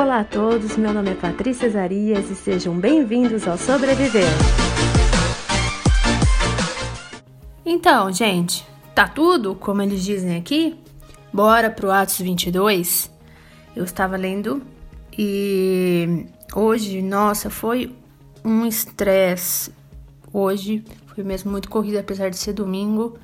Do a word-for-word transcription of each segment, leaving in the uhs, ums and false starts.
Olá a todos, meu nome é Patrícia Zarias e sejam bem-vindos ao Sobreviver. Então, gente, tá tudo como eles dizem aqui? Bora pro Atos vinte e dois? Eu estava lendo e hoje, nossa, foi um estresse. Hoje foi mesmo muito corrido, apesar de ser domingo,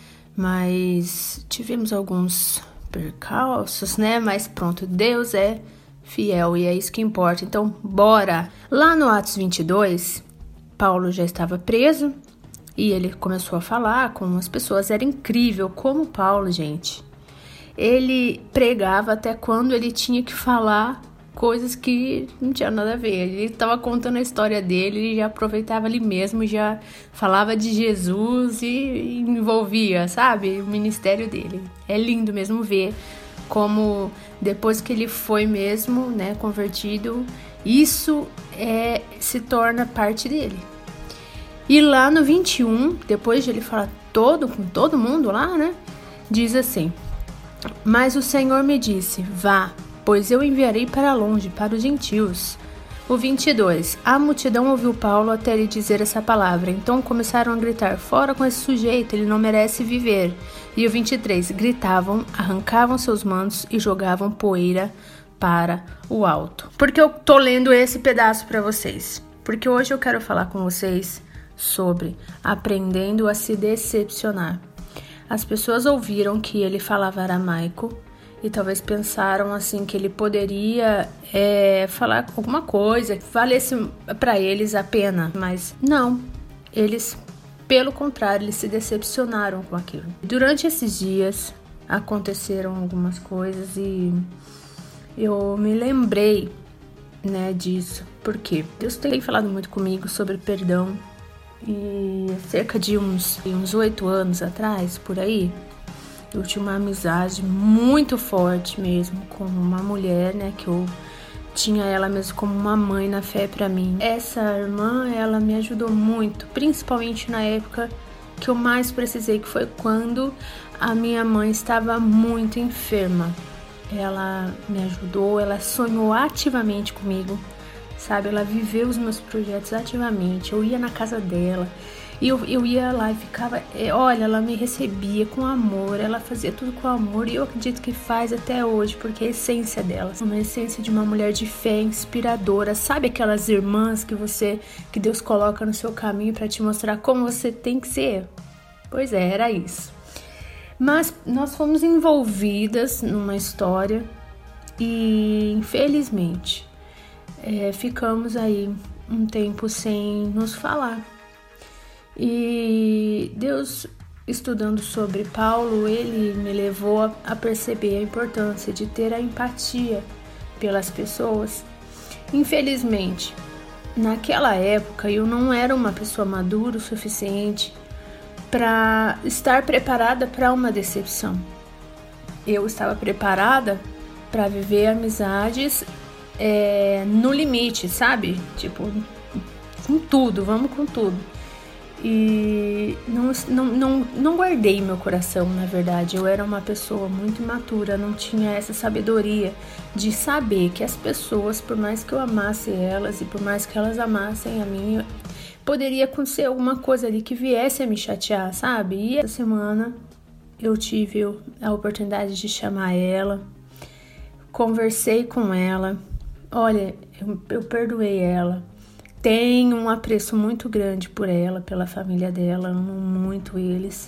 mas tivemos alguns percalços, né? Mas pronto, Deus é fiel e é isso que importa. Então, bora! Lá no Atos vinte e dois, Paulo já estava preso e ele começou a falar com as pessoas. Era incrível como Paulo, gente, ele pregava até quando ele tinha que falar coisas que não tinha nada a ver. Ele estava contando a história dele, ele já aproveitava ali mesmo, já falava de Jesus e envolvia, sabe, o ministério dele. É lindo mesmo ver como depois que ele foi mesmo, né, convertido, isso é, se torna parte dele. E lá no vinte e um, depois de ele falar todo, com todo mundo lá, né, diz assim: mas o Senhor me disse, vá, pois eu enviarei para longe, para os gentios. O vinte e dois, a multidão ouviu Paulo até ele dizer essa palavra, então começaram a gritar, fora com esse sujeito, ele não merece viver. E o vinte e três, gritavam, arrancavam seus mantos e jogavam poeira para o alto. Por que eu tô lendo esse pedaço para vocês? Porque hoje eu quero falar com vocês sobre aprendendo a se decepcionar. As pessoas ouviram que ele falava aramaico e talvez pensaram assim que ele poderia é, falar alguma coisa que valesse para eles a pena, mas não, eles, pelo contrário, eles se decepcionaram com aquilo. Durante esses dias aconteceram algumas coisas e eu me lembrei, né, disso, porque Deus tem falado muito comigo sobre perdão. E cerca de uns uns oito anos atrás, por aí, eu tinha uma amizade muito forte mesmo com uma mulher, né, que eu tinha ela mesmo como uma mãe na fé pra mim. Essa irmã, ela me ajudou muito, principalmente na época que eu mais precisei, que foi quando a minha mãe estava muito enferma. Ela me ajudou, ela sonhou ativamente comigo, sabe, ela viveu os meus projetos ativamente. Eu ia na casa dela e eu, eu ia lá e ficava, olha, ela me recebia com amor, ela fazia tudo com amor e eu acredito que faz até hoje, porque é a essência dela, uma essência de uma mulher de fé inspiradora, sabe, aquelas irmãs que você, que Deus coloca no seu caminho para te mostrar como você tem que ser. Pois é, era isso. Mas nós fomos envolvidas numa história e infelizmente É, ficamos aí um tempo sem nos falar. E Deus, estudando sobre Paulo, ele me levou a, a perceber a importância de ter a empatia pelas pessoas. Infelizmente, naquela época eu não era uma pessoa madura o suficiente para estar preparada para uma decepção. Eu estava preparada para viver amizades É, no limite, sabe? Tipo, com tudo, vamos com tudo. E não, não, não, não guardei meu coração, na verdade. Eu era uma pessoa muito imatura, não tinha essa sabedoria de saber que as pessoas, por mais que eu amasse elas e por mais que elas amassem a mim, poderia acontecer alguma coisa ali que viesse a me chatear, sabe? E essa semana eu tive a oportunidade de chamar ela, conversei com ela. Olha, eu, eu perdoei ela, tenho um apreço muito grande por ela, pela família dela, amo muito eles.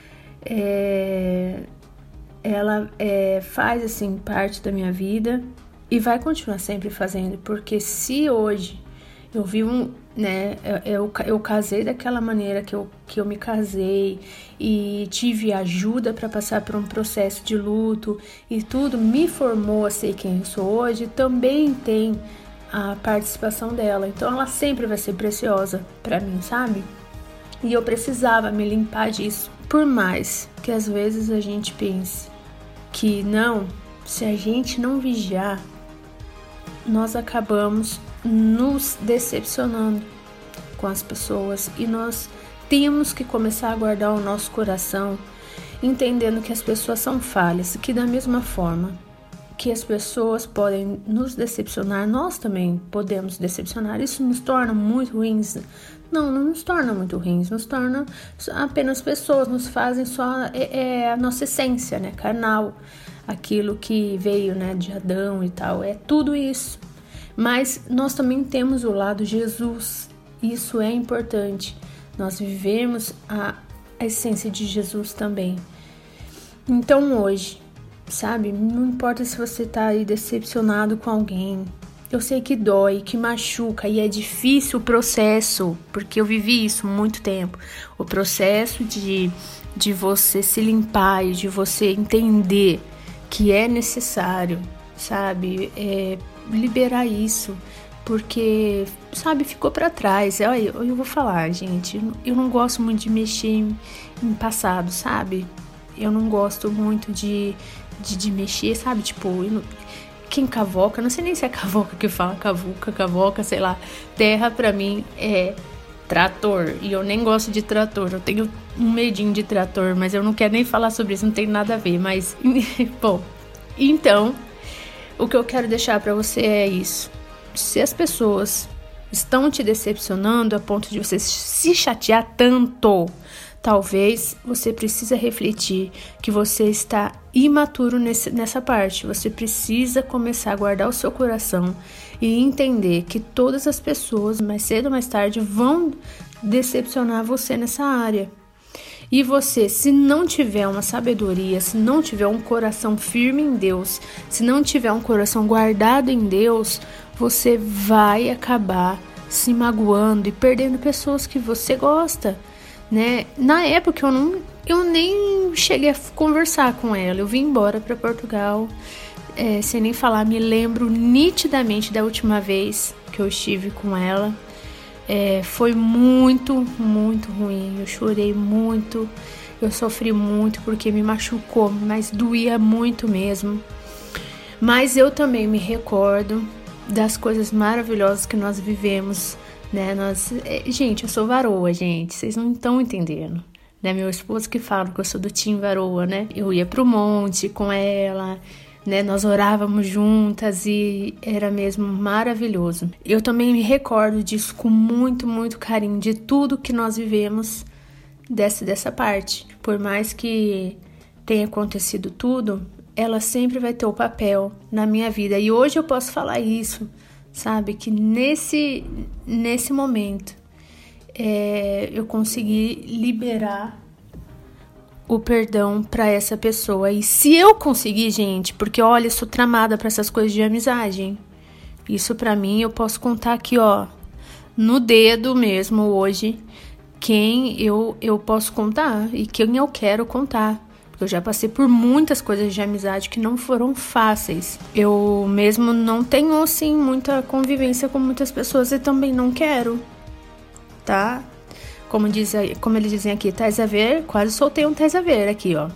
É, ela é, faz assim parte da minha vida e vai continuar sempre fazendo, porque se hoje eu vivo, né, eu, eu casei daquela maneira que eu, que eu me casei e tive ajuda para passar por um processo de luto e tudo, me formou a ser quem eu sou hoje, também tem a participação dela, então ela sempre vai ser preciosa para mim, sabe? E eu precisava me limpar disso, por mais que às vezes a gente pense que não, se a gente não vigiar, nós acabamos nos decepcionando com as pessoas e nós temos que começar a guardar o nosso coração, entendendo que as pessoas são falhas, que da mesma forma que as pessoas podem nos decepcionar, nós também podemos decepcionar. Isso nos torna muito ruins? Não, não nos torna muito ruins, nos torna apenas pessoas, nos fazem só é, é a nossa essência, né, carnal, aquilo que veio, né, de Adão e tal, é tudo isso. Mas nós também temos o lado Jesus, isso é importante, nós vivemos a, a essência de Jesus também. Então hoje, sabe, não importa se você tá aí decepcionado com alguém, eu sei que dói, que machuca e é difícil o processo, porque eu vivi isso muito tempo, o processo de, de você se limpar e de você entender que é necessário, sabe, é, liberar isso, porque, sabe, ficou pra trás. Eu, eu vou falar, gente, eu não gosto muito de mexer em, em passado, sabe, eu não gosto muito de De, de mexer, sabe? Tipo, não, quem cavoca, não sei nem se é cavoca que fala, cavuca, cavoca, sei lá. Terra pra mim é trator. E eu nem gosto de trator. Eu tenho um medinho de trator, mas eu não quero nem falar sobre isso, não tem nada a ver. Mas, bom, então, o que eu quero deixar pra você é isso. Se as pessoas estão te decepcionando a ponto de você se chatear tanto, talvez você precisa refletir que você está imaturo nesse, nessa parte. Você precisa começar a guardar o seu coração e entender que todas as pessoas, mais cedo ou mais tarde, vão decepcionar você nessa área. E você, se não tiver uma sabedoria, se não tiver um coração firme em Deus, se não tiver um coração guardado em Deus, você vai acabar se magoando e perdendo pessoas que você gosta. Né? Na época eu, não, eu nem cheguei a conversar com ela, eu vim embora para Portugal, é, sem nem falar, me lembro nitidamente da última vez que eu estive com ela, é, foi muito, muito ruim, eu chorei muito, eu sofri muito porque me machucou, mas doía muito mesmo, mas eu também me recordo das coisas maravilhosas que nós vivemos. Né, nós, é, gente, eu sou varoa, gente, vocês não estão entendendo, né, meu esposo que fala que eu sou do time varoa, né, eu ia pro monte com ela, né, nós orávamos juntas e era mesmo maravilhoso. Eu também me recordo disso com muito, muito carinho, de tudo que nós vivemos dessa, dessa parte, por mais que tenha acontecido tudo, ela sempre vai ter o papel na minha vida, e hoje eu posso falar isso, sabe, que nesse, nesse momento é, eu consegui liberar o perdão para essa pessoa. E se eu conseguir, gente, porque olha, eu sou tramada para essas coisas de amizade, hein? Isso para mim eu posso contar aqui, ó, no dedo mesmo hoje, quem eu, eu posso contar e quem eu quero contar. Eu já passei por muitas coisas de amizade que não foram fáceis. Eu mesmo não tenho, assim, muita convivência com muitas pessoas e também não quero, tá? Como, diz, como eles dizem aqui, tais a ver, quase soltei um tais a ver aqui, ó.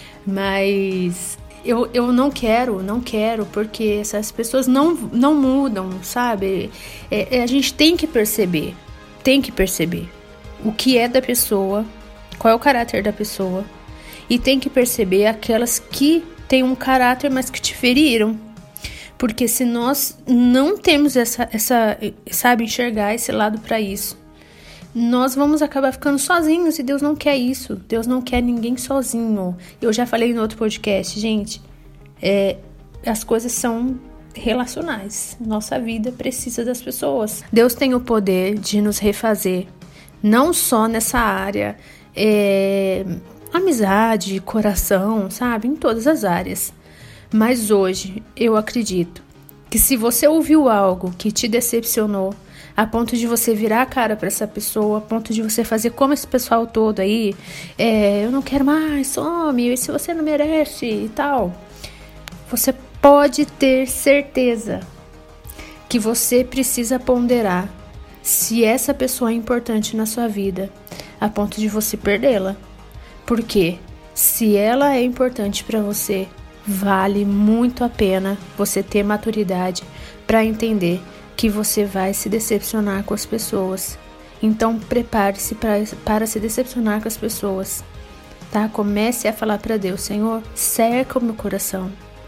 Mas eu, eu não quero, não quero, porque essas pessoas não, não mudam, sabe? É, é, a gente tem que perceber, tem que perceber o que é da pessoa, qual é o caráter da pessoa. E tem que perceber aquelas que têm um caráter, mas que te feriram. Porque se nós não temos essa, essa sabe, enxergar esse lado para isso, nós vamos acabar ficando sozinhos e Deus não quer isso. Deus não quer ninguém sozinho. Eu já falei no outro podcast, gente, é, as coisas são relacionais. Nossa vida precisa das pessoas. Deus tem o poder de nos refazer, não só nessa área, é... amizade, coração, sabe? Em todas as áreas. Mas hoje, eu acredito que se você ouviu algo que te decepcionou, a ponto de você virar a cara para essa pessoa, a ponto de você fazer como esse pessoal todo aí, é, eu não quero mais, some, se você não merece e tal, você pode ter certeza que você precisa ponderar se essa pessoa é importante na sua vida, a ponto de você perdê-la. Porque se ela é importante para você, vale muito a pena você ter maturidade para entender que você vai se decepcionar com as pessoas. Então prepare-se pra, para se decepcionar com as pessoas, tá? Comece a falar para Deus: Senhor, cerca o meu coração,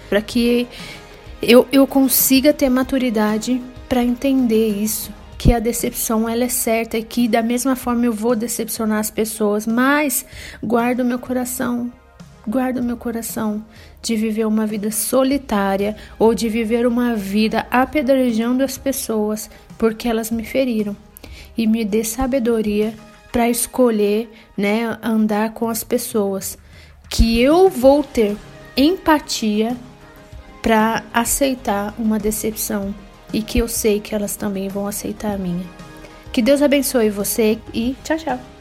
para que eu, eu consiga ter maturidade para entender isso, que a decepção ela é certa e que da mesma forma eu vou decepcionar as pessoas, mas guardo meu coração, guardo meu coração de viver uma vida solitária ou de viver uma vida apedrejando as pessoas porque elas me feriram, e me dê sabedoria para escolher, né, andar com as pessoas, que eu vou ter empatia para aceitar uma decepção e que eu sei que elas também vão aceitar a minha. Que Deus abençoe você e tchau, tchau.